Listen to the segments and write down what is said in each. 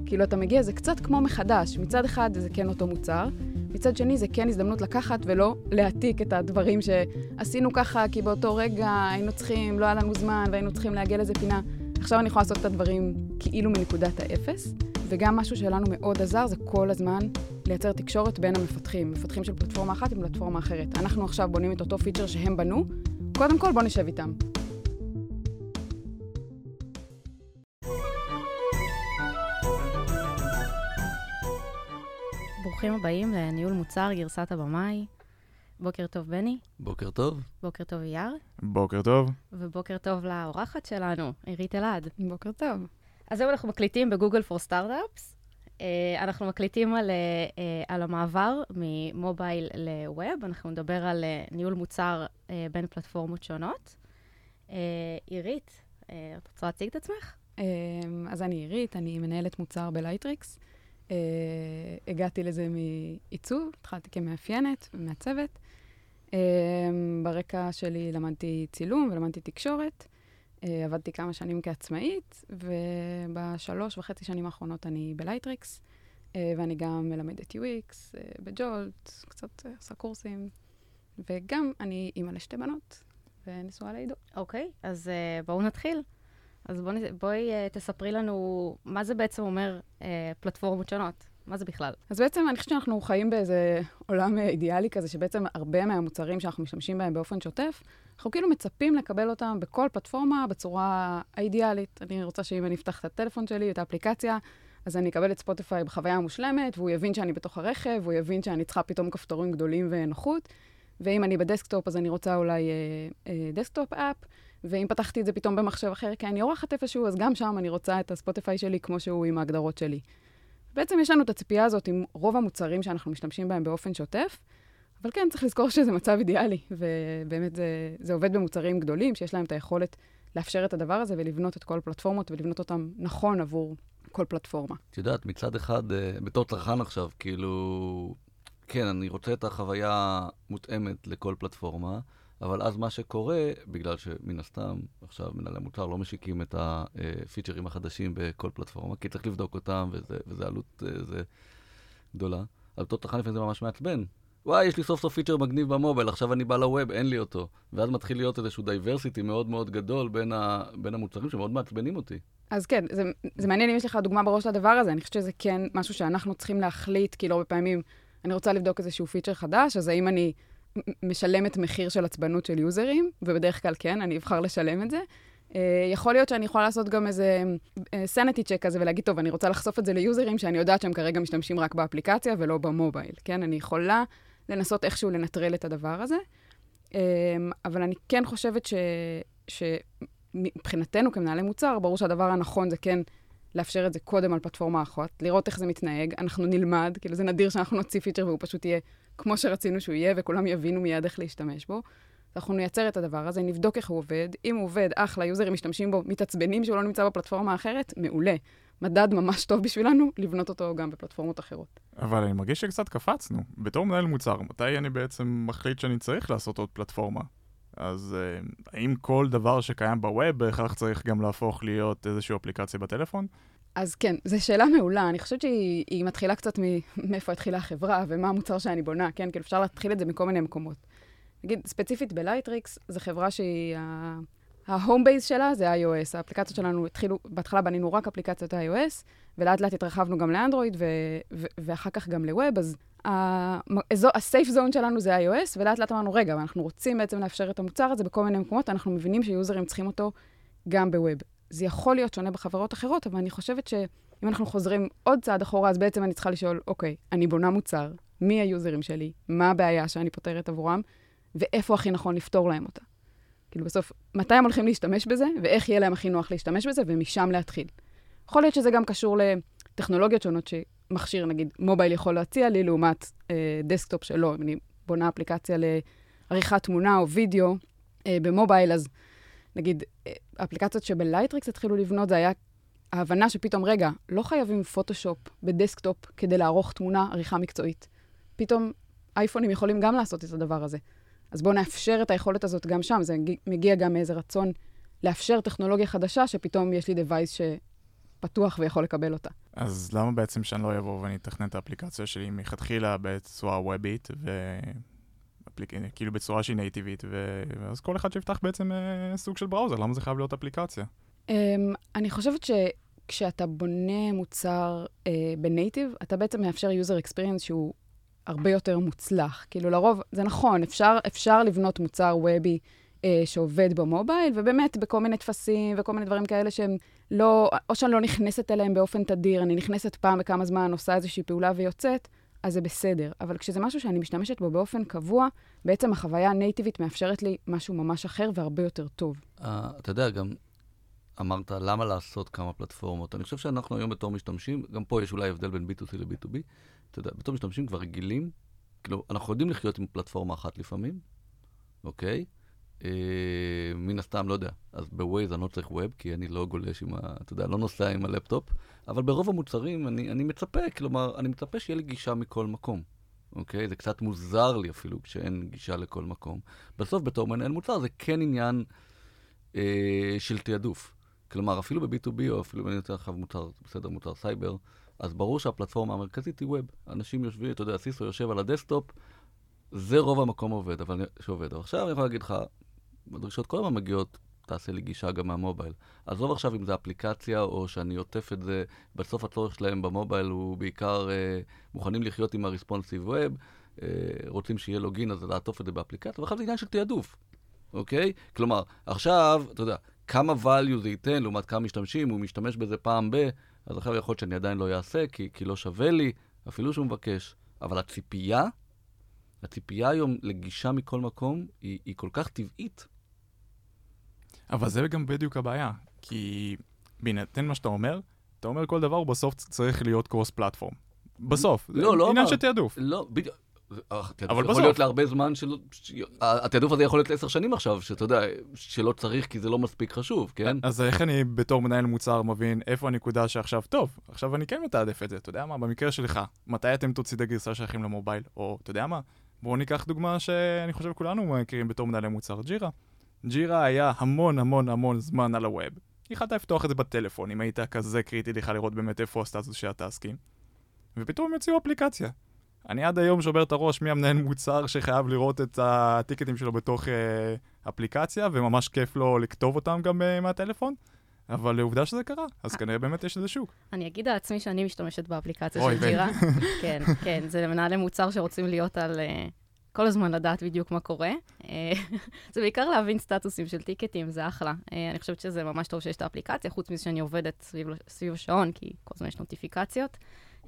כאילו אתה מגיע, זה קצת כמו מחדש. מצד אחד זה כן אותו מוצר, מצד שני זה כן הזדמנות לקחת ולא להעתיק את הדברים שעשינו ככה, כי באותו רגע היינו צריכים, לא היה לנו זמן והיינו צריכים להגיע לזה פינה. עכשיו אני יכולה לעשות את הדברים כאילו מנקודת האפס, וגם משהו שלנו מאוד עזר זה כל הזמן לייצר תקשורת בין המפתחים. מפתחים של פלטפורמה אחת עם פלטפורמה אחרת. אנחנו עכשיו בונים את אותו פיצ'ר שהם בנו, קודם כל בוא נשב איתם. ברוכים הבאים לניהול מוצר גרסת הבמאי. בוקר טוב בני. בוקר טוב. בוקר טוב אייר. בוקר טוב. ובוקר טוב לאורחת שלנו, עירית אלעד. בוקר טוב. אז זהו, אנחנו מקליטים בגוגל פור סטארט-אפס. אנחנו מקליטים על המעבר ממובייל לווב. אנחנו נדבר על ניהול מוצר בין פלטפורמות שונות. עירית, את רוצה להציג את עצמך? אז אני עירית, אני מנהלת מוצר בלייטריקס. הגעתי לזה מעיצוב, התחלתי כמאפיינת ומעצבת. ברקע שלי למדתי צילום ולמדתי תקשורת. עבדתי כמה שנים כעצמאית, וב3.5 שנים האחרונות אני בלייטריקס, ואני גם מלמדת UX בג'ולט, קצת עושה קורסים, וגם אני אימא לשתי בנות, ונשואה לעידו. אוקיי, אז בואו נתחיל. אז בואי תספרי לנו מה זה בעצם אומר פלטפורמות שונות. מה זה בכלל? אז בעצם אני חושבת שאנחנו חיים באיזה עולם אידיאלי כזה, שבעצם הרבה מהמוצרים שאנחנו משתמשים בהם באופן שוטף, אנחנו כאילו מצפים לקבל אותם בכל פלטפורמה בצורה האידיאלית. אני רוצה שאם אני אפתח את הטלפון שלי, את האפליקציה, אז אני אקבל את ספוטיפיי בחוויה המושלמת, והוא יבין שאני בתוך הרכב, והוא יבין שאני צריכה פתאום כפתורים גדולים ונוחות, ואם אני בדסקטופ, אז אני רוצה אולי דסקטופ אפ, ואם פתחתי את זה פתאום במחשב אחר, כי אני אורחת איפשהו, אז גם שם אני רוצה את הספוטיפיי שלי כמו שהוא עם ההגדרות שלי. בעצם יש לנו את הציפייה הזאת עם רוב המוצרים שאנחנו משתמשים בהם באופן שוטף, אבל כן, צריך לזכור שזה מצב אידיאלי, ובאמת זה עובד במוצרים גדולים, שיש להם את היכולת לאפשר את הדבר הזה ולבנות את כל הפלטפורמות, ולבנות אותם נכון עבור כל פלטפורמה. את יודעת, מצד אחד, בתור צרכן עכשיו, כאילו, כן, אני רוצה את החוויה מותאמת לכל פלטפורמה, אבל אז מה שקורה, בגלל שמן הסתם, עכשיו מנהלי מוצר לא משיקים את הפיצ'רים החדשים בכל פלטפורמה, כי צריך לבדוק אותם, וזה עלות גדולה. אבל בתור צרכן לפעמים זה ממש מעצבן. וואי, יש לי סוף סוף פיצ'ר מגניב במובייל, עכשיו אני בא לווב, אין לי אותו. ואז מתחיל להיות איזשהו דייברסיטי מאוד מאוד גדול בין המוצרים שמאוד מעצבנים אותי. אז כן, זה מעניין אם יש לך דוגמה בראש לדבר הזה. אני חושבת שזה כן משהו שאנחנו צריכים להחליט, כי לא בפעמים אני רוצה לבדוק איזשהו פיצ'ר חדש, אז האם אני משלמת מחיר של עצבנות של יוזרים, ובדרך כלל כן, אני אבחר לשלם את זה. יכול להיות שאני יכולה לעשות גם איזה sanity check כזה ולהגיד, טוב, אני רוצה לחשוף את זה ליוזרים שאני יודעת שהם כרגע משתמשים רק באפליקציה ולא במובייל, כן? אני יכולה לנסות איכשהו לנטרל את הדבר הזה, אבל אני כן חושבת שמבחינתנו כמנהלי מוצר, ברור שהדבר הנכון זה כן לאפשר את זה קודם על פלטפורמה אחת, לראות איך זה מתנהג, אנחנו נלמד, כאילו זה נדיר שאנחנו נוציא פיצ'ר והוא פשוט יהיה כמו שרצינו שהוא יהיה, וכולם יבינו מיד איך להשתמש בו. אנחנו נייצר את הדבר הזה, נבדוק איך הוא עובד. אם הוא עובד, אחלה, יוזרים משתמשים בו, מתעצבנים שהוא לא נמצא בפלטפורמה האחרת, מעולה. מדד ממש טוב בשבילנו, לבנות אותו גם בפלטפורמות אחרות. אבל אני מרגיש שקצת קפצנו. בתור מנהל מוצר, מתי אני בעצם מחליט שאני צריך לעשות עוד פלטפורמה? אז האם כל דבר שקיים בווב בהכרח צריך גם להפוך להיות איזושהי אפליקציה בטלפון? אז כן, זו שאלה מעולה. אני חושבת שהיא מתחילה קצת מאיפה התחילה החברה ומה המוצר שאני בונה, כן? כאילו אפשר להתחיל את זה מכל מיני מקומות. נגיד, ספציפית בלייטריקס, זו חברה שהיא, ההום בייס שלה זה iOS. האפליקציות שלנו התחילו, בהתחלה בנינו רק אפליקציות iOS, ולאט לאט התרחבנו גם לאנדרואיד, ואחר כך גם לווב, אז הסייף זון שלנו זה iOS, ולאט לאט אמרנו, רגע, אנחנו רוצים בעצם לאפשר את המוצר הזה בכל מיני מקומות, אנחנו מבינים שיוזרים צריכים אותו גם בווב. זה יכול להיות שונה בחברות אחרות, אבל אני חושבת שאם אנחנו חוזרים עוד צעד אחורה, אז בעצם אני צריכה לשאול, אוקיי, אני בונה מוצר, מי היוזרים שלי, מה הבעיה שאני פותרת עבורם, ואיפה הכי נכון לפתור להם אותה. כאילו בסוף, מתי הם הולכים להשתמש בזה, ואיך יהיה להם הכי נוח להשתמש בזה, ומשם להתחיל. יכול להיות שזה גם קשור לטכנולוגיות שונות שמכשיר, נגיד, מובייל יכול להציע לי, לעומת דסקטופ שלו. אם אני בונה אפליקציה לעריכת תמונה או וידאו במובייל, אז נגיד, אפליקציות שבלייטריקס התחילו לבנות, זה היה ההבנה שפתאום, רגע, לא חייבים פוטושופ בדסקטופ כדי לערוך תמונה עריכה מקצועית. פתאום אייפונים יכולים גם לעשות את הדבר הזה. אז בואו נאפשר את היכולת הזאת גם שם. זה מגיע גם מאיזה רצון לאפשר טכנולוגיה חדשה, שפתאום יש לי device פתוח ויכול לקבל אותה. אז למה בעצם שאני לא אבוא ואני אתכנן את האפליקציה שלי מלכתחילה בצורה וובית, כאילו בצורה שהיא נייטיבית, ואז כל אחד שיפתח בעצם סוג של בראוזר, למה זה חייב להיות אפליקציה? אני חושבת שכשאתה בונה מוצר בנייטיב, אתה בעצם מאפשר user experience שהוא הרבה יותר מוצלח. כאילו לרוב, זה נכון, אפשר לבנות מוצר וובי שעובד במובייל, ובאמת בכל מיני תפסים וכל מיני דברים כאלה שהם לא, או שאני לא נכנסת אליהם באופן תדיר, אני נכנסת פעם בכמה זמן, עושה איזושהי פעולה ויוצאת, אז זה בסדר. אבל כשזה משהו שאני משתמשת בו באופן קבוע, בעצם החוויה הנייטיבית מאפשרת לי משהו ממש אחר והרבה יותר טוב. אתה יודע, גם אמרת למה לעשות כמה פלטפורמות. אני חושב שאנחנו היום בתור משתמשים, גם פה יש אולי הבדל בין B2C ל-B2B, אתה יודע, בתור משתמשים כבר רגילים, כאילו, אנחנו יודעים לחיות עם פלטפורמה אחת לפעמים, אוקיי? מן הסתם, לא יודע, אז בווייז אני לא צריך ווב, כי אני לא גולש עם אתה יודע, לא נוסע עם הלפטופ, אבל ברוב המוצרים אני מצפה, כלומר, אני מצפה שיהיה לי גישה מכל מקום, אוקיי? זה קצת מוזר לי אפילו כשאין גישה לכל מקום. בסוף, בתור מנהל מוצר, זה כן עניין של תיעדוף. כלומר, אפילו ב-B2B, או אפילו אני יותר עכשיו מוצר סייבר, אז ברור שהפלטפורמה המרכזית היא ווב. אנשים יושבים, אתה יודע, סיסו יושב על הדסקטופ, זה רוב המקום שעובד. אבל עכשיו אני יכול להגיד לך, בדרישות כל הזמן מגיעות, תעשה לי גישה גם מהמובייל. עזוב עכשיו אם זה אפליקציה, או שאני עוטף את זה, בסוף הצורך שלהם במובייל הוא בעיקר מוכנים לחיות עם הרספונסיב ווב, רוצים שיהיה לוגין, אז לעטוף את זה באפליקציה, ואחר זה עניין של תיעדוף, אוקיי? כלומר, עכשיו, אתה יודע, כמה value זה ייתן, לעומת כמה משתמשים, הוא משתמש בזה פעם אז עכשיו יכול להיות שאני עדיין לא אעשה, כי לא שווה לי, אפילו שהוא מבקש. אבל הציפייה היום לגישה מכל מקום היא כל כך טבעית. אבל זה גם בדיוק הבעיה, כי בהינתן מה שאתה אומר כל דבר הוא בסוף צריך להיות קרוס פלטפורם. בסוף, לא עניין של תיעדוף. לא, בדיוק. אבל יכול להיות להרבה זמן התיעדוף הזה יכול להיות 10 שנים עכשיו, שאתה יודע, שלא צריך כי זה לא מספיק חשוב, כן? אז איך אני בתור מנהל מוצר מבין איפה הנקודה שעכשיו, טוב, עכשיו אני כן מתעדף את זה, אתה יודע מה? במקרה שלך, מתי אתם תוציאי גרסה שייכים למובייל? או, אתה יודע מה? בואו ניקח דוגמה שאני חושב כולנו מכירים בתור מנהלי מוצר, ג'ירה. ג'ירה היה המון זמן על הווב. יכולת לפתוח את זה בטלפון, אם היית כזה קריטי לך לראות באמת איפה הסטטוס של הטסקים. ופתאום יוציאו אפליקציה. אני עד היום שובר את הראש מי המנהל מוצר שחייב לראות את הטיקטים שלו בתוך אפליקציה, וממש כיף לו לכתוב אותם גם מהטלפון. אבל לעובדה שזה קרה, אז כנראה באמת יש איזה שוק. אני אגיד על עצמי שאני משתמשת באפליקציה של ג'ירה. כן, זה מנהלי מוצר שרוצים להיות על כל הזמן לדעת בדיוק מה קורה. זה בעיקר להבין סטטוסים של טיקטים, זה אחלה. אני חושבת שזה ממש טוב שיש את האפליקציה, חוץ מזה שאני עובדת סביב השעון, כי כל הזמן יש נוטיפיקציות.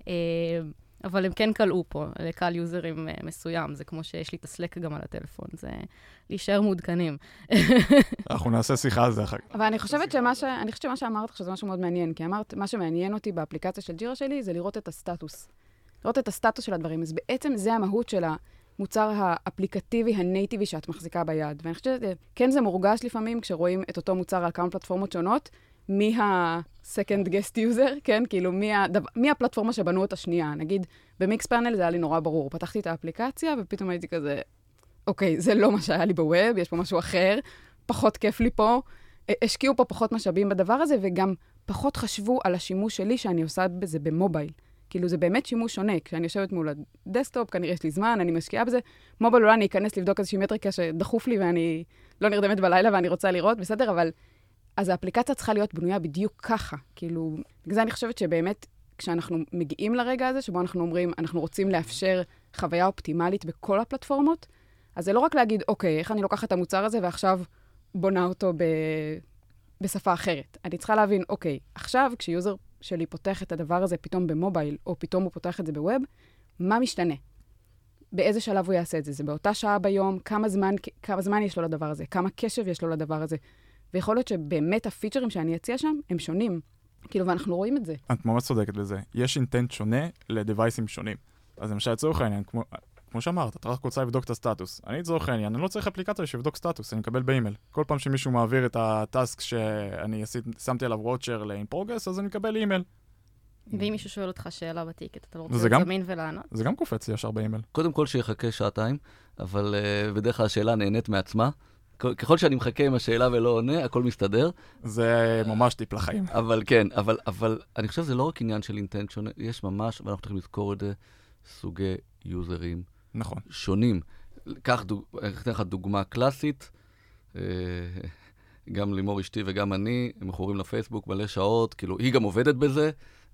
אבל הם כן קלעו פה, לקהל יוזרים מסוים. זה כמו שיש לי את הסלק גם על הטלפון, זה להישאר מעודכנים. אנחנו נעשה שיחה על זה אחר כך. אבל אני חושבת שמה שאמרת עכשיו זה משהו מאוד מעניין, כי אמרת, מה שמעניין אותי באפליקציה של ג'ירה שלי זה לראות את הסטטוס. לראות את הסטטוס של הדברים. אז בעצם זה המהות של המוצר האפליקטיבי, הנייטיבי שאת מחזיקה ביד. ואני חושבת שכן זה מורגש לפעמים כשרואים את אותו מוצר על כמה פלטפורמות שונות, מה-second guest user, כן? כאילו, מי הפלטפורמה שבנו אותה שנייה? נגיד, במיקס פאנל זה היה לי נורא ברור. פתחתי את האפליקציה, ופתאום הייתי כזה, אוקיי, זה לא מה שהיה לי בווב, יש פה משהו אחר, פחות כיף לי פה, השקיעו פה פחות משאבים בדבר הזה, וגם פחות חשבו על השימוש שלי שאני עושה בזה במובייל. כאילו, זה באמת שימוש שונה. כשאני יושבת מול הדסקטופ, כנראה יש לי זמן, אני משקיעה בזה. מובייל אולי אני אכנס לבדוק איזושהי מטריקה שדחוף לי ואני לא נרדמת בלילה ואני רוצה לראות, בסדר, אבל אז האפליקציה צריכה להיות בנויה בדיוק ככה. כאילו, בגלל זה אני חושבת שבאמת, כשאנחנו מגיעים לרגע הזה, שבו אנחנו אומרים, אנחנו רוצים לאפשר חוויה אופטימלית בכל הפלטפורמות, אז זה לא רק להגיד, אוקיי, איך אני לוקחת את המוצר הזה ועכשיו בונה אותו בשפה אחרת. אני צריכה להבין, אוקיי, עכשיו כשיוזר שלי פותח את הדבר הזה פתאום במובייל, או פתאום הוא פותח את זה בווב, מה משתנה? באיזה שלב הוא יעשה את זה? זה באותה שעה ביום? כמה זמן יש לו לדבר הזה? כמה קשב יש לו לדבר הזה? ויכול להיות שבאמת הפיצ'רים שאני אציע שם, הם שונים. כאילו, ואנחנו רואים את זה. את ממש צודקת בזה. יש אינטנט שונה לדווייסים שונים. אז למשל, לצורך העניין, כמו שאמרת, אתה רק רוצה לבדוק את הסטטוס. אני לצורך העניין, אני לא צריך אפליקציה שיבדוק סטטוס, אני מקבל באימייל. כל פעם שמישהו מעביר את הטאסק שאני שמתי עליו וואצ'ר ל-in progress, אז אני מקבל אימייל. ואם מישהו שואל אותך שאלה בטיקט, אתה לא רוצה לזמין ולענות? זה גם קופץ לי ישר באימייל. קודם כל שיחכה שעתיים, אבל בדרך כלל השאלה נהנית מעצמה, ככל שאני מחכה עם השאלה ולא עונה, הכל מסתדר. זה ממש טיפ לחיים. אבל כן, אבל אני חושב שזה לא רק עניין של אינטנט שונה, יש ממש, ואנחנו צריכים לזכור את זה, סוגי יוזרים נכון. שונים. אני אתן לך דוגמה קלאסית, גם לימור אשתי וגם אני, הם מכורים לפייסבוק מלא שעות, כאילו, היא גם עובדת בזה,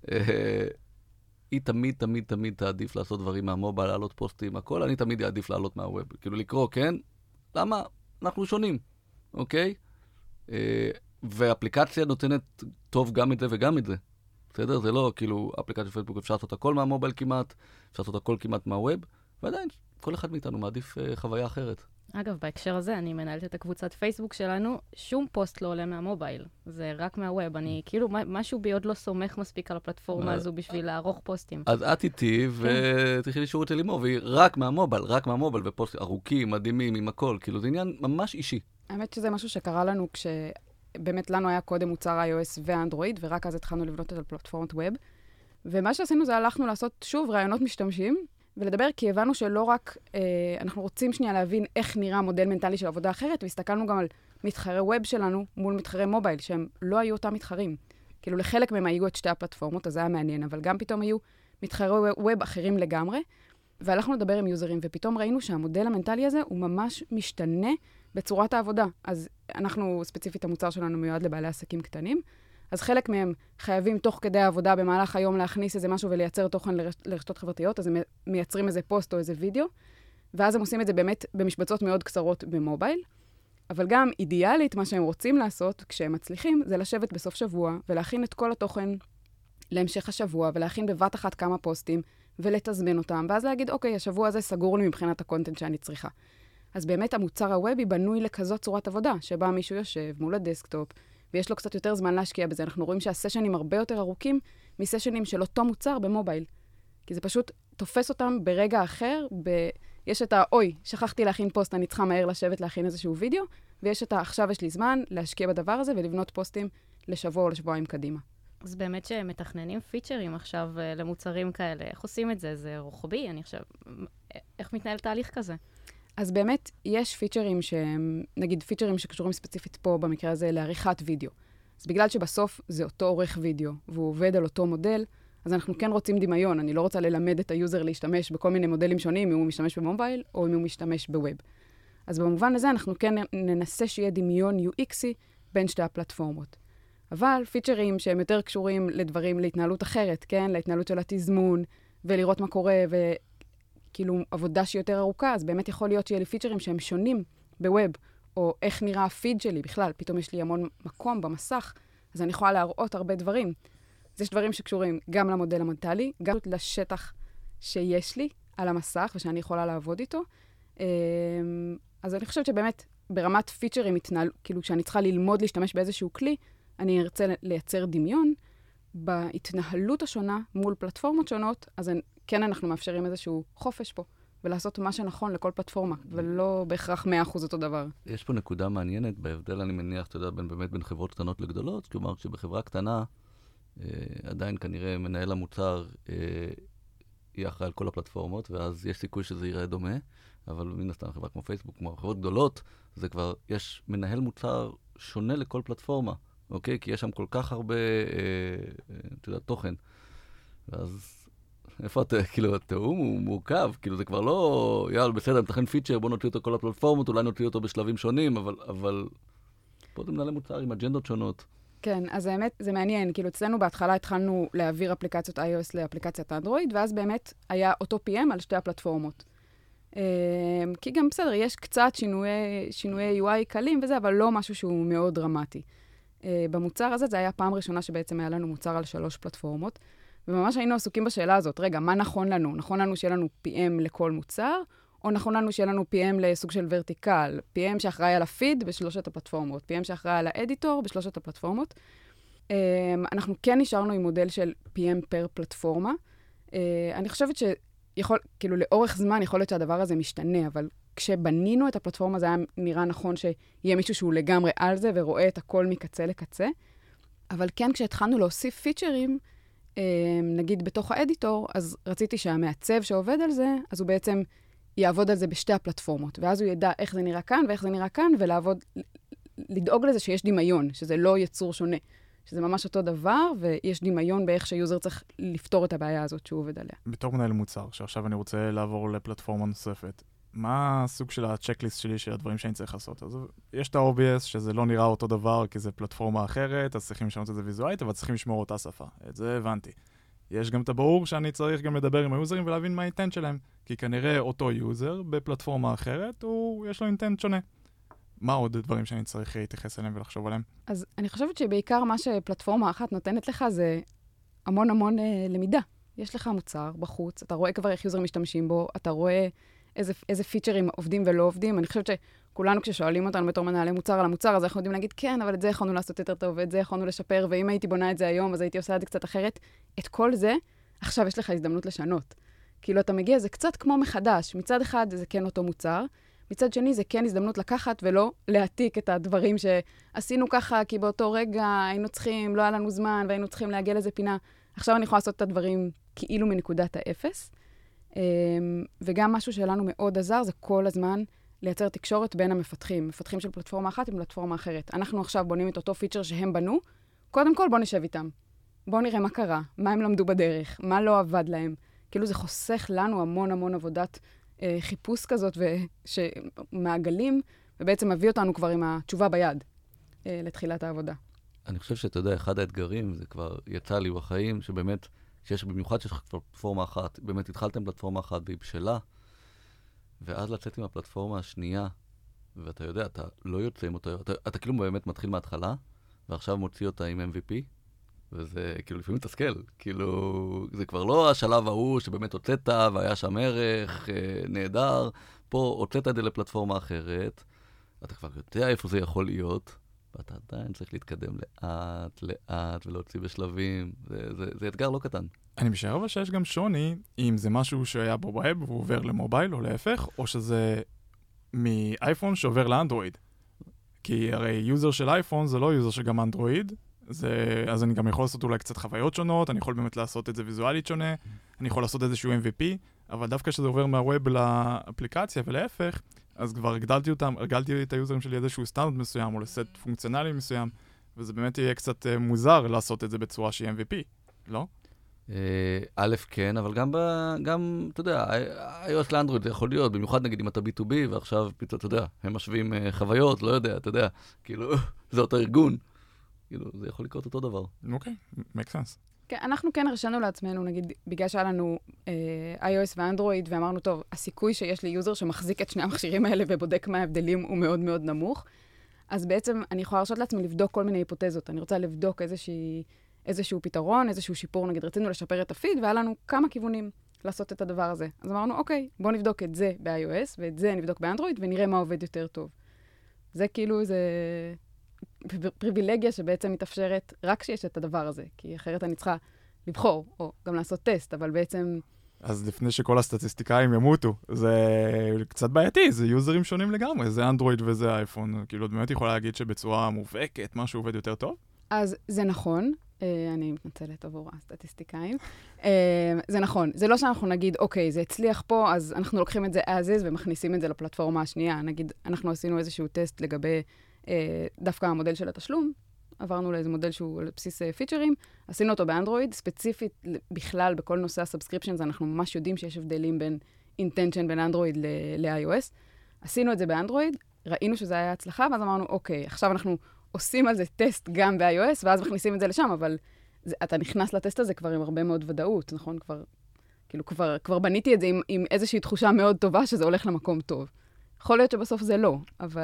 היא תמיד תעדיף לעשות דברים מהמובייל, לעלות פוסטים, הכל, אני תמיד אעדיף לעלות מהווב. כאילו לקרוא, כן? למה? אנחנו שונים, אוקיי? ואפליקציה נותנת טוב גם את זה וגם את זה. בסדר? זה לא, כאילו, אפליקציה פייסבוק אפשר לעשות הכל מהמובייל כמעט, אפשר לעשות הכל כמעט מהווב, ועדיין, כל אחד מאיתנו מעדיף חוויה אחרת. אגב, בהקשר הזה, אני מנהלת את הקבוצת פייסבוק שלנו, שום פוסט לא עולה מהמובייל. זה רק מהווב. אני, כאילו, משהו בי עוד לא סומך מספיק על הפלטפורמה הזו בשביל לערוך פוסטים. אז את איתי, ותלכי לשירות לימור, והיא רק מהמובייל, ופוסט ארוכים, מדהימים, עם הכל. כאילו, זה עניין ממש אישי. האמת שזה משהו שקרה לנו כשבאמת לנו היה קודם מוצר iOS ואנדרואיד, ורק אז התחלנו לבנות את הפלטפורמת ווב. ומה שעשינו זה הלכנו לעשות שוב רעיונות משתמשים, ולדבר כי הבנו שלא רק, אנחנו רוצים שנייה להבין איך נראה מודל מנטלי של עבודה אחרת, והסתכלנו גם על מתחרי ווב שלנו מול מתחרי מובייל, שהם לא היו אותם מתחרים. כאילו לחלק מהם היו את שתי הפלטפורמות, אז זה היה מעניין, אבל גם פתאום היו מתחרי ווב אחרים לגמרי, והלכנו לדבר עם יוזרים, ופתאום ראינו שהמודל המנטלי הזה הוא ממש משתנה בצורת העבודה. אז אנחנו, ספציפית המוצר שלנו מיועד לבעלי עסקים קטנים, אז חלק מהם חייבים תוך כדי העבודה במהלך היום להכניס איזה משהו ולייצר תוכן לרשתות חברתיות, אז הם מייצרים איזה פוסט או איזה וידאו, ואז הם עושים את זה באמת במשבצות מאוד קצרות במובייל, אבל גם אידיאלית מה שהם רוצים לעשות כשהם מצליחים, זה לשבת בסוף שבוע ולהכין את כל התוכן להמשך השבוע, ולהכין בבת אחת כמה פוסטים ולתזמן אותם, ואז להגיד, אוקיי, השבוע הזה סגור לי מבחינת הקונטנט שאני צריכה. אז באמת המוצר הוובי בנוי לכזאת צורת עבודה, שבה מישהו יושב מול הדסקטופ, ויש לו קצת יותר זמן להשקיע בזה. אנחנו רואים שהסשנים הרבה יותר ארוכים מסשנים של אותו מוצר במובייל. כי זה פשוט תופס אותם ברגע אחר, יש את אוי, שכחתי להכין פוסט, אני צריכה מהר לשבת להכין איזשהו וידאו, ויש את עכשיו יש לי זמן להשקיע בדבר הזה ולבנות פוסטים לשבוע או לשבועיים קדימה. אז באמת שמתכננים פיצ'רים עכשיו למוצרים כאלה, איך עושים את זה? זה רוחבי, אני חושב. איך מתנהל תהליך כזה? אז באמת יש פיצ'רים שהם, נגיד פיצ'רים שקשורים ספציפית פה, במקרה הזה, לעריכת וידאו. אז בגלל שבסוף זה אותו עורך וידאו, והוא עובד על אותו מודל, אז אנחנו כן רוצים דמיון. אני לא רוצה ללמד את היוזר להשתמש בכל מיני מודלים שונים, אם הוא משתמש במובייל או אם הוא משתמש בווב. אז במובן הזה אנחנו כן ננסה שיהיה דמיון UXי בין שתי הפלטפורמות. אבל פיצ'רים שהם יותר קשורים לדברים, להתנהלות אחרת, כן? להתנהלות של התזמון, ולראות מה קורה, וכאילו עבודה שהיא יותר ארוכה, אז באמת יכול להיות שיהיה לי פיצ'רים שהם שונים בווב, או איך נראה הפיד שלי בכלל, פתאום יש לי המון מקום במסך, אז אני יכולה להראות הרבה דברים. אז יש דברים שקשורים גם למודל המנטלי, גם לשטח שיש לי על המסך, ושאני יכולה לעבוד איתו. אז אני חושבת שבאמת ברמת פיצ'רים, כאילו כשאני צריכה ללמוד להשתמש באיזשהו כלי, אני ארצה לייצר דמיון בהתנהלות השונה מול פלטפורמות שונות, אז כן אנחנו מאפשרים איזשהו חופש פה, ולעשות מה שנכון לכל פלטפורמה, ולא בהכרח 100% אותו דבר. יש פה נקודה מעניינת בהבדל, אני מניח, אתה יודע, באמת בין חברות קטנות לגדולות, כלומר, כשבחברה קטנה, עדיין כנראה מנהל המוצר יהיה אחראי על כל הפלטפורמות, ואז יש סיכוי שזה ייראה דומה, אבל מן הסתם חברה כמו פייסבוק, כמו חברות גדולות, זה כבר, יש מנהל מוצר שונה לכל פלטפורמה, אוקיי? כי יש שם כל כך הרבה, אתה יודע, תוכן. ואז איפה כאילו, התאום הוא מורכב, כאילו זה כבר לא, יאללה, בסדר, נתכן פיצ'ר, בוא נוציא אותו כל הפלטפורמות, אולי נוציא אותו בשלבים שונים, אבל פה זה מנהלי מוצר עם אג'נדות שונות. כן, אז האמת, זה מעניין, כאילו אצלנו בהתחלה התחלנו להעביר אפליקציות iOS לאפליקציית אנדרואיד, ואז באמת היה אותו PM על שתי הפלטפורמות. כי גם בסדר, יש קצת שינויי UI קלים וזה, אבל לא משהו שהוא מאוד דרמטי. במוצר הזה זה היה פעם ראשונה שבעצם היה לנו מוצר על 3 פלטפורמות, וממש היינו עסוקים בשאלה הזאת, רגע, מה נכון לנו? נכון לנו שיהיה לנו PM לכל מוצר, או נכון לנו שיהיה לנו PM לסוג של ורטיקל, PM שאחראי על הפיד בשלושת הפלטפורמות, PM שאחראי על האדיטור בשלושת הפלטפורמות. אנחנו כן נשארנו עם מודל של PM פר פלטפורמה. אני חושבת שיכול, כאילו לאורך זמן יכול להיות שהדבר הזה משתנה, אבל כשבנינו את הפלטפורמה זה היה נראה נכון שיהיה מישהו שהוא לגמרי על זה ורואה את הכל מקצה לקצה. אבל כן, כשהתחלנו להוסיף פיצ'רים, נגיד בתוך האדיטור, אז רציתי שהמעצב שעובד על זה, אז הוא בעצם יעבוד על זה בשתי הפלטפורמות, ואז הוא ידע איך זה נראה כאן ואיך זה נראה כאן, ולעבוד, לדאוג לזה שיש דמיון, שזה לא יצור שונה, שזה ממש אותו דבר, ויש דמיון באיך שהיוזר צריך לפתור את הבעיה הזאת שהוא עובד עליה. בתור מנהל מוצר, שעכשיו אני רוצה לעבור לפלטפורמה נוספת, מה הסוג של הצ'קליסט שלי של הדברים שאני צריך לעשות? אז יש את ה-OBS, שזה לא נראה אותו דבר, כי זה פלטפורמה אחרת, אז צריכים לשנות את זה ויזואלית, אבל צריכים לשמור אותה שפה. את זה הבנתי. יש גם את הברור שאני צריך גם לדבר עם היוזרים ולהבין מה האינטנט שלהם, כי כנראה אותו יוזר בפלטפורמה אחרת, יש לו אינטנט שונה. מה עוד דברים שאני צריך להתייחס אליהם ולחשוב עליהם? אז אני חושבת שבעיקר מה שפלטפורמה אחת נותנת לך זה המון המון למידה. יש לך מוצר בחוץ, אתה רואה כבר איך יוזרים משתמשים בו, אתה רואה איזה פיצ'רים עובדים ולא עובדים. אני חושבת שכולנו כששואלים אותנו בתור מנהלי מוצר על המוצר, אז אנחנו יודעים להגיד, כן, אבל את זה יכולנו לעשות יותר טוב, ואת זה יכולנו לשפר, ואם הייתי בונה את זה היום, אז הייתי עושה את זה קצת אחרת. את כל זה, עכשיו יש לך הזדמנות לשנות. כאילו, אתה מגיע, זה קצת כמו מחדש. מצד אחד, זה כן אותו מוצר, מצד שני, זה כן הזדמנות לקחת ולא להעתיק את הדברים שעשינו ככה, כי באותו רגע היינו צריכים, לא היה לנו זמן, והיינו צריכים להגיע לזה פינה. עכשיו אני יכולה לעשות את הדברים כאילו מנקודת האפס. וגם משהו שלנו מאוד עזר, זה כל הזמן לייצר תקשורת בין המפתחים. מפתחים של פלטפורמה אחת עם פלטפורמה אחרת. אנחנו עכשיו בונים את אותו פיצ'ר שהם בנו, קודם כל בוא נשב איתם. בוא נראה מה קרה, מה הם למדו בדרך, מה לא עבד להם. כאילו זה חוסך לנו המון המון עבודת חיפוש כזאת שמעגלים, ובעצם מביא אותנו כבר עם התשובה ביד לתחילת העבודה. אני חושב שאתה יודע, אחד האתגרים, זה כבר יצא לי בחיים, שבאמת, במיוחד שיש לך פלטפורמה אחת, באמת התחלתם פלטפורמה אחת והיא בשלה, ואז לצאת עם הפלטפורמה השנייה, ואתה יודע, אתה לא יוצא עם אותו, אתה כאילו באמת מתחיל מההתחלה, ועכשיו מוציא אותה עם MVP, וזה כאילו לפעמים מתסכל, כאילו זה כבר לא השלב ההוא שבאמת הוצאת והיה שם ערך נהדר, פה הוצאת את זה לפלטפורמה אחרת, אתה כבר יודע איפה זה יכול להיות, ואתה עדיין צריך להתקדם לאט ולהוציא בשלבים, זה אתגר לא קטן. אני משער אבל שיש גם שוני, אם זה משהו שהיה בווב והוא עובר למובייל או להפך, או שזה מאייפון שעובר לאנדרואיד. כי הרי יוזר של אייפון זה לא יוזר שגם אנדרואיד, אז אני גם יכול לעשות אולי קצת חוויות שונות, אני יכול באמת לעשות את זה ויזואלית שונה, אני יכול לעשות איזשהו MVP, אבל דווקא כשזה עובר מהווב לאפליקציה ולהפך, אז כבר הרגלתי את היוזרים שלי איזשהו סטנדרט מסוים, או לסט פונקציונלי מסוים, וזה באמת יהיה קצת מוזר לעשות את זה בצורה שהיא MVP, לא? א', כן, אבל גם, אתה יודע, iOS לאנדרואיד זה יכול להיות, במיוחד נגיד אם אתה B2B, ועכשיו פתאום, אתה יודע, הם משווים חוויות, לא יודע, אתה יודע, כאילו, זה אותו ארגון, כאילו, זה יכול לקרות אותו דבר. אוקיי, make sense. כן, אנחנו כן הרשנו לעצמנו, נגיד, בגלל שהיה לנו iOS ואנדרואיד, ואמרנו, טוב, הסיכוי שיש לי יוזר שמחזיק את שני המכשירים האלה ובודק מה ההבדלים הוא מאוד מאוד נמוך, אז בעצם אני יכולה להרשות לעצמי לבדוק כל מיני היפותזות. אני רוצה לבדוק איזשהו פתרון, איזשהו שיפור, נגיד, רצינו לשפר את הפיד, והיה לנו כמה כיוונים לעשות את הדבר הזה. אז אמרנו, אוקיי, בוא נבדוק את זה ב-iOS, ואת זה נבדוק באנדרואיד, ונראה מה עובד יותר טוב. זה כאילו איזה פריבילגיה שבעצם מתאפשרת רק כשיש את הדבר הזה, כי אחרת אני צריכה לבחור, או גם לעשות טסט, אבל בעצם... אז לפני שכל הסטטיסטיקאים ימותו, זה קצת בעייתי, זה יוזרים שונים לגמרי, זה אנדרואיד וזה אייפון, כאילו באמת יכולה להגיד שבצורה מובהקת משהו עובד יותר טוב? אז זה נכון, אני מתנצלת עבור הסטטיסטיקאים, זה נכון, זה לא שאנחנו נגיד, אוקיי, זה הצליח פה, אז אנחנו לוקחים את זה as is ומכניסים את זה לפלטפורמה השנייה, נגיד, אנחנו עשינו איזשהו טסט לגבי דווקא המודל של התשלום, עברנו לאיזה מודל שהוא על בסיס פיצ'רים, עשינו אותו באנדרואיד, ספציפית בכלל בכל נושא הסאבסקריפשנס, אנחנו ממש יודעים שיש הבדלים בין אינטנשן בין אנדרואיד ל-iOS. עשינו את זה באנדרואיד, ראינו שזה היה הצלחה, ואז אמרנו, אוקיי, עכשיו אנחנו עושים על זה טסט גם ב-iOS, ואז מכניסים את זה לשם, אבל אתה נכנס לטסט הזה כבר עם הרבה מאוד ודאות, נכון? כבר בניתי את זה עם איזושהי תחושה מאוד טובה שזה הולך למקום טוב. יכול להיות שבסוף זה לא,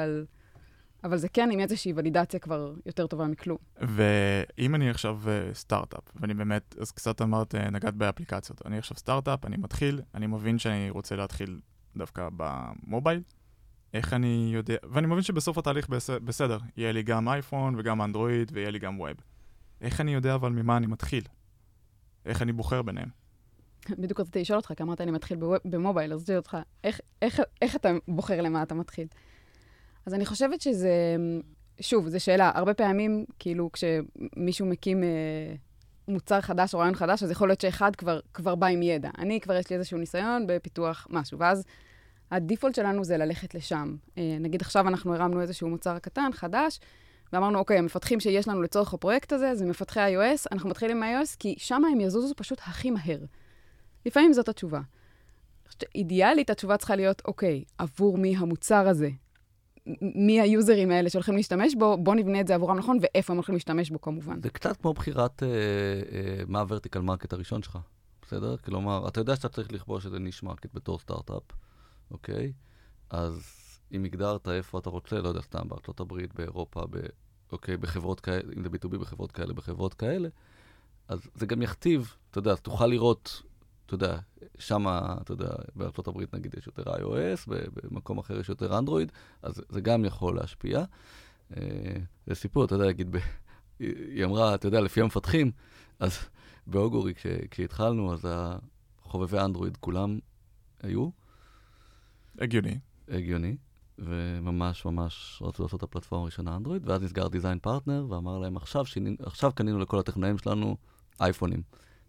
אבל זה כן עם איזושהי ולידציה כבר יותר טובה מכלום. ואם אני עכשיו סטארט-אפ, ואני באמת, אז קצת אמרת, נגעת באפליקציות. אני עכשיו סטארט-אפ, אני מתחיל, אני מבין שאני רוצה להתחיל דווקא במובייל. איך אני יודע, ואני מבין שבסוף התהליך בסדר, יהיה לי גם אייפון וגם אנדרואיד ויהיה לי גם ווב. איך אני יודע אבל ממה אני מתחיל? איך אני בוחר ביניהם? בדיוק רציתי לשאול אותך, כי אמרת אני מתחיל במובייל, אז תשאל אותך, איך אתה בוחר למה אתה מתחיל? אז אני חושבת שזה, שוב, זו שאלה, הרבה פעמים, כאילו, כשמישהו מקים מוצר חדש או רעיון חדש, אז יכול להיות שאחד כבר בא עם ידע. אני כבר יש לי איזשהו ניסיון בפיתוח משהו, ואז הדיפולט שלנו זה ללכת לשם. נגיד עכשיו אנחנו הרמנו איזשהו מוצר קטן, חדש, ואמרנו, אוקיי, המפתחים שיש לנו לצורך הפרויקט הזה, זה מפתחי iOS, אנחנו מתחילים עם iOS, כי שם הם יזוזו פשוט הכי מהר. לפעמים זאת התשובה. אידיאלית, התשובה צריכה להיות, אוקיי, עבור מי המוצר הזה? מי היוזרים האלה שהולכים להשתמש בו? בוא נבנה את זה עבורם נכון, ואיפה הם הולכים להשתמש בו כמובן. זה קצת כמו בחירת מה הוורטיקל מרקט הראשון שלך, בסדר? כלומר, אתה יודע שאתה צריך לכבוש איזה ניש מרקט בתור סטארט-אפ, אוקיי? אז אם הגדרת איפה אתה רוצה, לא יודע, סתם בארצות הברית, באירופה, אוקיי, בחברות כאלה, אם זה B2B, בחברות כאלה, אז זה גם יכתיב, אתה יודע, אז תוכל לראות, אתה יודע, שמה, אתה יודע, בארצות הברית נגיד יש יותר iOS, במקום אחר יש יותר אנדרואיד, אז זה גם יכול להשפיע. זה סיפור, אתה יודע, להגיד, היא אמרה, אתה יודע, לפי המפתחים, אז באוגורי, כשהתחלנו, אז חובבי אנדרואיד כולם היו. הגיוני, וממש רצו לעשות את הפלטפורמה הראשונה אנדרואיד, ואז נסגר דיזיין פרטנר, ואמר להם, עכשיו קנינו לכל הטכנאים שלנו אייפונים.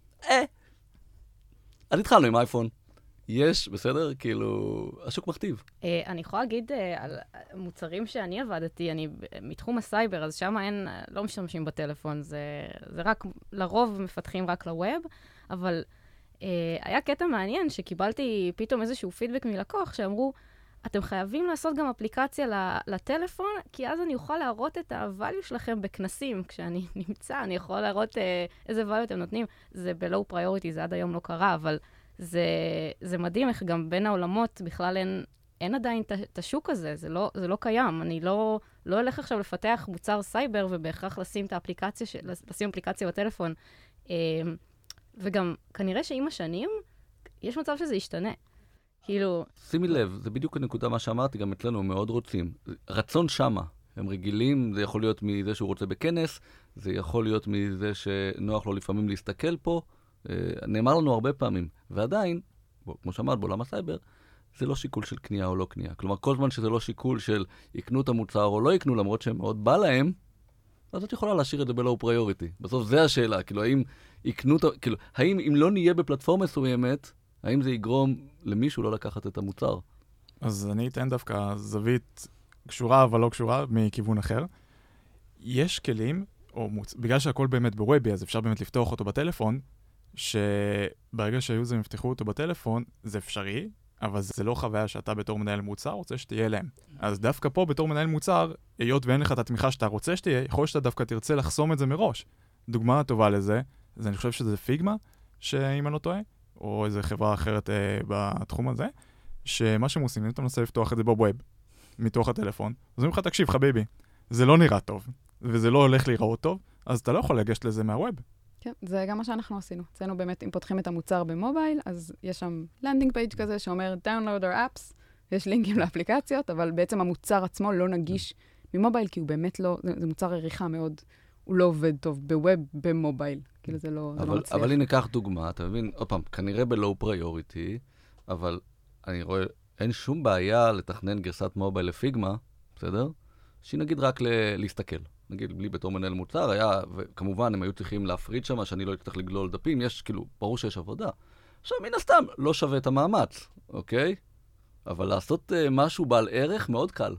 אז התחלנו עם אייפון. יש, בסדר? כאילו, השוק מכתיב. אני יכולה להגיד על מוצרים שאני עבדתי, אני מתחום הסייבר, אז שם לא משתמשים בטלפון, זה רק, לרוב מפתחים רק לווב, אבל היה קטע מעניין שקיבלתי פתאום איזשהו פידבק מלקוח, שאמרו, אתם חייבים לעשות גם אפליקציה לטלפון, כי אז אני אוכל להראות את ה-value שלכם בכנסים. כשאני נמצא, אני יכול להראות איזה value אתם נותנים. זה ב-low priority, זה עד היום לא קרה, אבל זה מדהים איך גם בין העולמות בכלל אין עדיין את השוק הזה, זה לא קיים. אני לא אלך עכשיו לפתח מוצר סייבר ובהכרח לשים את האפליקציה, לשים אפליקציה בטלפון. וגם כנראה שעם השנים, יש מצב שזה ישתנה. כאילו... שימי לב, זה בדיוק הנקודה מה שאמרתי, גם אצלנו מאוד רוצים. רצון שמה. הם רגילים, זה יכול להיות מזה שהוא רוצה בכנס, זה יכול להיות מזה שנוח לו לפעמים להסתכל פה. נאמר לנו הרבה פעמים. ועדיין, כמו שאמרת, בעולם הסייבר, זה לא שיקול של קנייה או לא קנייה. כלומר, כל זמן שזה לא שיקול של יקנו את המוצר או לא יקנו, למרות שהם מאוד בא להם, אז את יכולה להשאיר את זה ב-low priority. בסוף זה השאלה. כאילו, האם יקנו, כאילו, האם אם לא נהיה בפלטפורמה מסוימת, האם זה יגרום למישהו לא לקחת את המוצר? אז אני אתן דווקא זווית קשורה אבל לא קשורה מכיוון אחר. יש כלים, בגלל שהכל באמת בוובי, אז אפשר באמת לפתוח אותו בטלפון, שברגע שהיוזרים יפתחו אותו בטלפון, זה אפשרי, אבל זה לא חוויה שאתה בתור מנהל מוצר רוצה שתהיה להם. אז דווקא פה בתור מנהל מוצר, היות ואין לך את התמיכה שאתה רוצה שתהיה, יכול שאתה דווקא תרצה לחסום את זה מראש. דוגמה טובה לזה, אז אני חושב שזה פיגמה, שאם אני לא טועה, או איזו חברה אחרת בתחום הזה, שמה שהם עושים, אם אתה מנסה לפתוח את זה בווב, מתוך הטלפון, אז אומרים לך, תקשיב, חביבי, זה לא נראה טוב, וזה לא הולך להיראות טוב, אז אתה לא יכול לגשת לזה מהווב. כן, זה גם מה שאנחנו עשינו. אצלנו באמת, אם פותחים את המוצר במובייל, אז יש שם לנדינג פייג' כזה שאומר, download our apps, יש לינקים לאפליקציות, אבל בעצם המוצר עצמו לא נגיש ממובייל, כי הוא באמת לא, זה מוצר עריכה מאוד, הוא לא עובד טוב בווב, במובייל. כאילו זה לא מצליח. אבל הנה, קח דוגמה, אתה מבין, עוד פעם, כנראה ב-low priority, אבל אני רואה, אין שום בעיה לתכנן גרסת מובייל לפיגמה, בסדר? שהיא נגיד רק להסתכל. נגיד, בלי בתור מנהל מוצר, היה, וכמובן, הם היו צריכים להפריד שם, שאני לא אצטרך לגלול דפים, יש, כאילו, ברור שיש עבודה. עכשיו, מן הסתם, לא שווה את המאמץ, אוקיי? אבל לעשות משהו בעל ערך מאוד קל.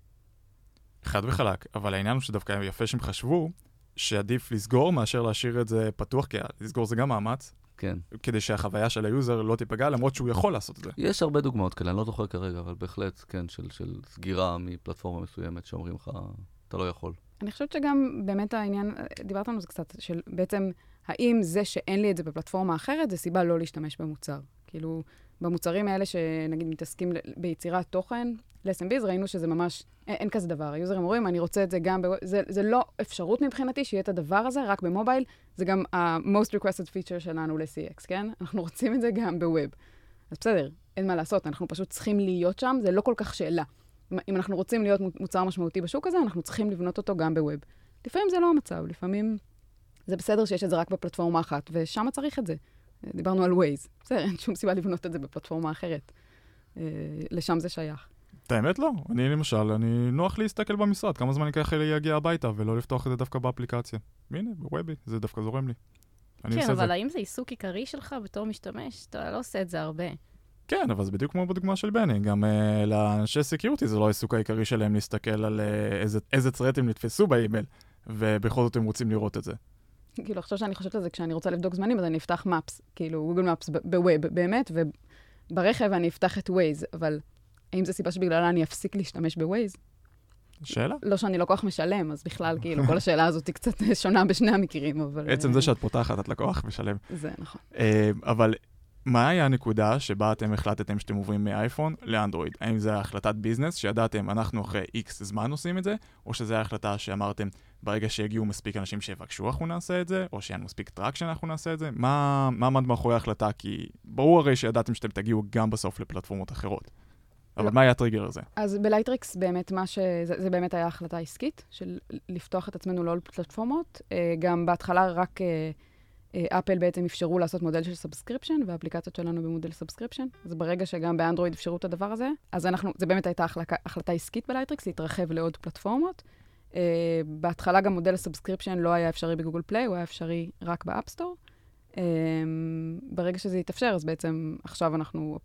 חד וחלק, אבל העניין הוא שדווקא יפה שהם חשבו, שעדיף לסגור מאשר להשאיר את זה פתוח, כי לסגור זה גם מאמץ. כן. כדי שהחוויה של היוזר לא תיפגע, למרות שהוא יכול לעשות את זה. יש הרבה דוגמאות כאלה, אני לא זוכר כרגע, אבל בהחלט, כן, של סגירה מפלטפורמה מסוימת שאומרים לך, אתה לא יכול. אני חושבת שגם באמת העניין, דיברת לנו זה קצת, של בעצם, האם זה שאין לי את זה בפלטפורמה אחרת, זה סיבה לא להשתמש במוצר. כאילו, במוצרים האלה שנגיד מתעסקים ביצירת תוכן, ל-SMBs ראינו שזה ממש, אין כזה דבר. היוזרים אומרים, אני רוצה את זה גם, זה לא אפשרות מבחינתי שיהיה את הדבר הזה, רק במובייל, זה גם ה-most requested feature שלנו ל-CX, כן? אנחנו רוצים את זה גם בווב. אז בסדר, אין מה לעשות, אנחנו פשוט צריכים להיות שם, זה לא כל כך שאלה. אם אנחנו רוצים להיות מוצר משמעותי בשוק הזה, אנחנו צריכים לבנות אותו גם בווב. לפעמים זה לא המצב, לפעמים זה בסדר שיש את זה רק בפלטפורמה אחת, ושם צריך את זה. דיברנו על Waze. בסדר, אין שום סיבה לבנות את זה בפלטפורמה אחרת. לשם זה שייך. את האמת לא. אני למשל, אני נוח להסתכל במשרד, כמה זמן ייקח לי להגיע הביתה, ולא לפתוח את זה דווקא באפליקציה. הנה, בוובי, זה דווקא זורם לי. כן, אבל האם זה עיסוק עיקרי שלך בתור משתמש? אתה לא עושה את זה הרבה. כן, אבל זה בדיוק כמו בדוגמה של בני. גם לאנשי סקיוריטי זה לא העיסוק העיקרי שלהם להסתכל על איזה צרטים נתפסו באימייל, ובכל זאת הם רוצים לראות את זה. כאילו, עכשיו שאני חושבת על זה, כשאני רוצה לבדוק זמנים, אז אני אפתח מפס, כאילו, גוגל מפס בווב, באמת, וברכב אני אפתח את ווייז, אבל האם זו סיבה שבגללה אני אפסיק להשתמש בווייז? שאלה? לא שאני לא כל כך משלם, אז בכלל, כאילו, כל השאלה הזאת היא קצת שונה בשני המקרים, אבל... עצם זה שאת פותחת, את לקוח משלם. זה נכון. אבל מה היה הנקודה שבה אתם החלטתם שאתם עוברים מאייפון לאנדרואיד? האם זה החלטת ביזנס, שידעתם, אנחנו אחרי X זמן עושים את זה, או שזה ההחלטה שאמרתם, ברגע שיגיעו מספיק אנשים שיבקשו, אנחנו נעשה את זה, או שיהיה מספיק טראקשן, אנחנו נעשה את זה? מה עמד מאחורי ההחלטה? כי ברור הרי שידעתם שאתם תגיעו גם בסוף לפלטפורמות אחרות. אבל מה היה הטריגר הזה? אז בלייטריקס באמת זה באמת היה החלטה עסקית, של לפתוח את עצמנו לעוד פלטפורמות. גם בהתחלה רק אפל בעצם אפשרו לעשות מודל של סאבסקריפשן, והאפליקציות שלנו במודל סאבסקריפשן. אז ברגע שגם באנדרואיד אפשרו את הדבר הזה, אז זה באמת הייתה החלטה עסקית בלייטריקס, להתרחב לעוד פלטפורמות. בהתחלה גם מודל הסאבסקריפשן לא היה אפשרי בגוגל פליי, הוא היה אפשרי רק באפסטור. ברגע שזה יתאפשר, אז בעצם עכשיו אנחנו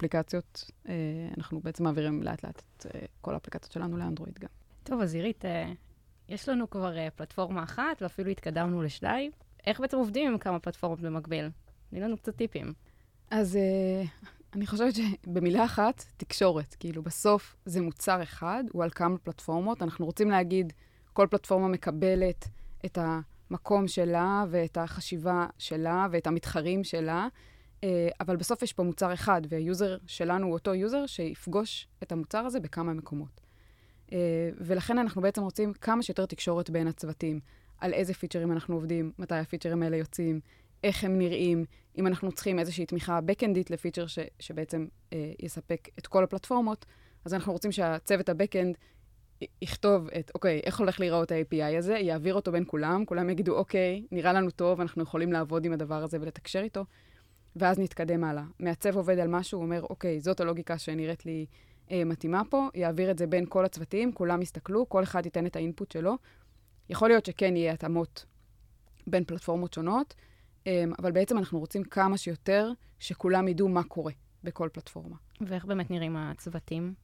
בעצם מעבירים לאט לאט את כל האפליקציות שלנו לאנדרואיד גם. טוב, אז עירית, יש לנו כבר פלטפורמה אחת, ואפילו התקדמנו לשתיים. איך בעצם עובדים עם כמה פלטפורמות במקביל? תני לנו קצת טיפים. אז אני חושבת שבמילה אחת, תקשורת. כאילו, בסוף זה מוצר אחד, הוא על כמה פלטפורמות. אנחנו רוצים להגיד, כל פלטפורמה מקבלת את המקום שלה, ואת החשיבה שלה, ואת המתחרים שלה, אבל בסוף יש פה מוצר אחד, והיוזר שלנו הוא אותו יוזר שיפגוש את המוצר הזה בכמה מקומות. ולכן אנחנו בעצם רוצים כמה שיותר תקשורת בין הצוותים, על איזה פיצ'רים אנחנו עובדים, מתי הפיצ'רים האלה יוצאים, איך הם נראים, אם אנחנו צריכים איזושהי תמיכה בקאנדית לפיצ'ר שבעצם יספק את כל הפלטפורמות, אז אנחנו רוצים שהצוות הבקאנד יכתוב את, אוקיי, איך הולך להיראות ה-API הזה, יעביר אותו בין כולם, כולם יגידו, אוקיי, נראה לנו טוב, אנחנו יכולים לעבוד עם הדבר הזה ולתקשר איתו, ואז נתקדם הלאה. מעצב עובד על משהו, הוא אומר, אוקיי, זאת הלוגיקה שנראית לי מתאימה פה, יעביר את זה בין כל הצוותים, כולם יסתכלו, כל אחד ייתן את האינפוט שלו. יכול להיות שכן יהיה התאמות בין פלטפורמות שונות, אבל בעצם אנחנו רוצים כמה שיותר שכולם ידעו מה קורה בכל פלטפורמה. ואיך באמת נראים הצוותים?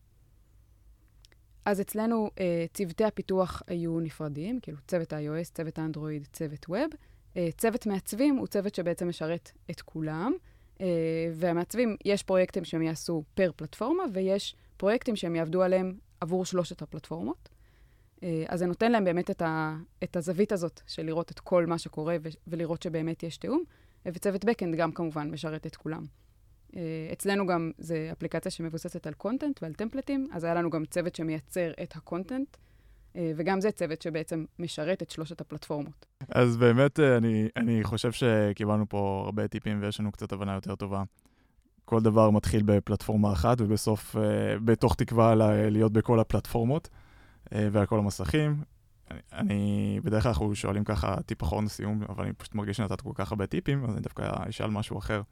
אז אצלנו צוותי הפיתוח היו נפרדים, כאילו צוות iOS, צוות אנדרואיד, צוות ווב. צוות מעצבים הוא צוות שבעצם משרת את כולם, והמעצבים, יש פרויקטים שהם יעשו פר פלטפורמה, ויש פרויקטים שהם יעבדו עליהם עבור 3 הפלטפורמות. אז זה נותן להם באמת את הזווית הזאת של לראות את כל מה שקורה ולראות שבאמת יש תיאום, וצוות בקאנד גם כמובן משרת את כולם. אצלנו גם זה אפליקציה שמבוססת על קונטנט ועל טמפלטים, אז היה לנו גם צוות שמייצר את הקונטנט, וגם זה צוות שבעצם משרת את 3 הפלטפורמות. אז באמת אני חושב שקיבלנו פה הרבה טיפים ויש לנו קצת הבנה יותר טובה. כל דבר מתחיל בפלטפורמה אחת ובסוף בתוך תקווה להיות בכל הפלטפורמות ועל כל המסכים. בדרך כלל אנחנו שואלים ככה טיפ אחרון לסיום, אבל אני פשוט מרגיש שנתת כל כך הרבה טיפים, אז אני דווקא אשאל משהו אחר.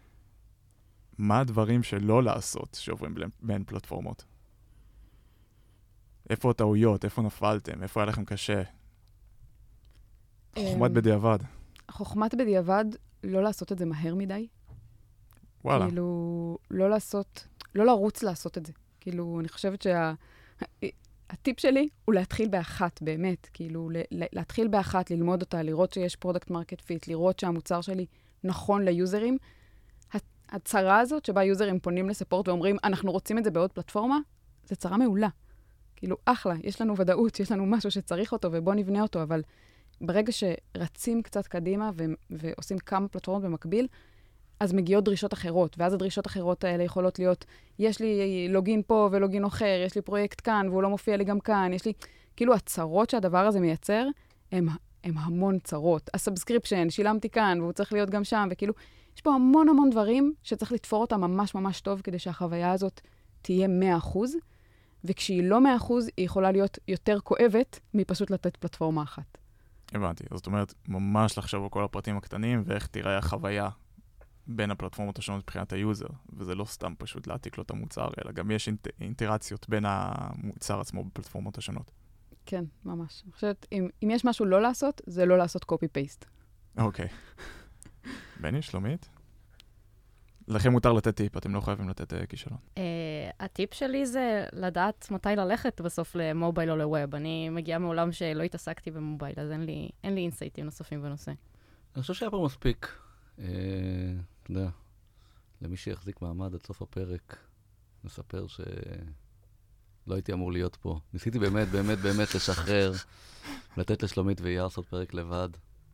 מה הדברים שלא לעשות שעוברים בין פלטפורמות? איפה הטעויות? איפה נפלתם? איפה היה לכם קשה? חוכמת בדיעבד. חוכמת בדיעבד, לא לעשות את זה מהר מדי. וואלה. כאילו, לא לרוץ לעשות את זה. כאילו, אני חושבת הטיפ שלי הוא להתחיל באחת, באמת. כאילו, להתחיל באחת, ללמוד אותה, לראות שיש פרודקט מרקט פיט, לראות שהמוצר שלי נכון ליוזרים. הצרה הזאת שבה יוזרים פונים לספורט ואומרים, אנחנו רוצים את זה בעוד פלטפורמה, זה צרה מעולה. כאילו, אחלה, יש לנו ודאות, יש לנו משהו שצריך אותו ובוא נבנה אותו, אבל ברגע שרצים קצת קדימה ועושים כמה פלטפורמות במקביל, אז מגיעות דרישות אחרות, ואז הדרישות האחרות האלה יכולות להיות, יש לי לוגין פה ולוגין אחר, יש לי פרויקט כאן והוא לא מופיע לי גם כאן, יש לי, כאילו הצרות שהדבר הזה מייצר, הם המון צרות. הסאבסקריפשן, שילמתי כאן והוא צריך להיות גם שם, וכאילו, יש פה המון המון דברים שצריך לתפור אותם ממש ממש טוב, כדי שהחוויה הזאת תהיה 100%, וכשהיא לא 100%, היא יכולה להיות יותר כואבת מפשוט לתת פלטפורמה אחת. הבנתי. זאת אומרת, ממש לחשוב על כל הפרטים הקטנים, ואיך תראה החוויה בין הפלטפורמות השונות מבחינת היוזר, וזה לא סתם פשוט להעתיק לו את המוצר, אלא גם יש אינטראציות בין המוצר עצמו בפלטפורמות השונות. כן, ממש. אני חושבת, אם יש משהו לא לעשות, זה לא לעשות copy-paste. אוקיי. בני, שלומית? לכם מותר לתת טיפ, אתם לא חייבים לתת כישלון. הטיפ שלי זה לדעת מתי ללכת בסוף למובייל או לווב. אני מגיעה מעולם שלא התעסקתי במובייל, אז אין לי אינסייטים נוספים בנושא. אני חושב שהיה פה מספיק, אתה יודע, למי שיחזיק מעמד עד סוף הפרק, נספר שלא הייתי אמור להיות פה. ניסיתי באמת לשחרר, לתת לשלומית ואייר לעשות פרק לבד.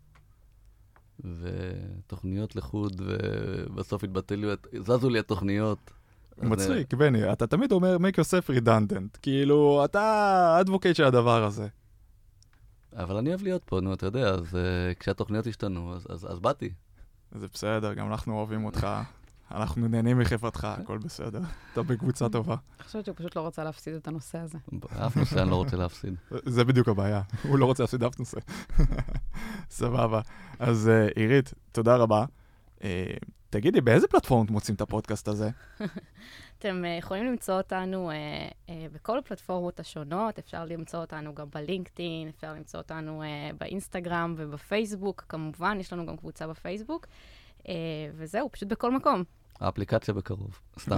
ותוכניות לחוד, ובסוף זזו לי התוכניות. מצחיק, בני, אתה תמיד אומר, make yourself redundant. כאילו, אתה אדבוקייט של הדבר הזה. אבל אני אוהב להיות פה, נו, אתה יודע, אז כשהתוכניות השתנו, אז באתי. זה בסדר, גם אנחנו אוהבים אותך. אנחנו נהנים מחברתך, הכל בסדר. אתה בקבוצה טובה. אני חושבת שהוא פשוט לא רוצה להפסיד את הנושא הזה. אף נושא אני לא רוצה להפסיד. זה בדיוק הבעיה, הוא לא רוצה להפסיד אף נושא. סבבה. אז עירית, תודה רבה. תגידי, באיזה פלטפורמות מוצאים את הפודקאסט הזה? אתם יכולים למצוא אותנו בכל הפלטפורמות השונות, אפשר למצוא אותנו גם בלינקדאין, אפשר למצוא אותנו באינסטגרם ובפייסבוק, כמובן, יש לנו גם קבוצה בפייסבוק, וזהו, פשוט בכל מקום. האפליקציה בקרוב, סתם.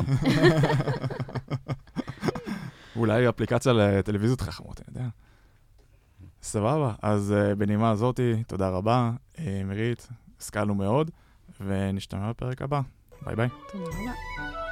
אולי אפליקציה לטלוויזיות חכמות, אני יודע. סבבה, אז בנימה הזאתי, תודה רבה, עירית, השכלנו מאוד, ונשתמע בפרק הבא. ביי ביי. תודה רבה.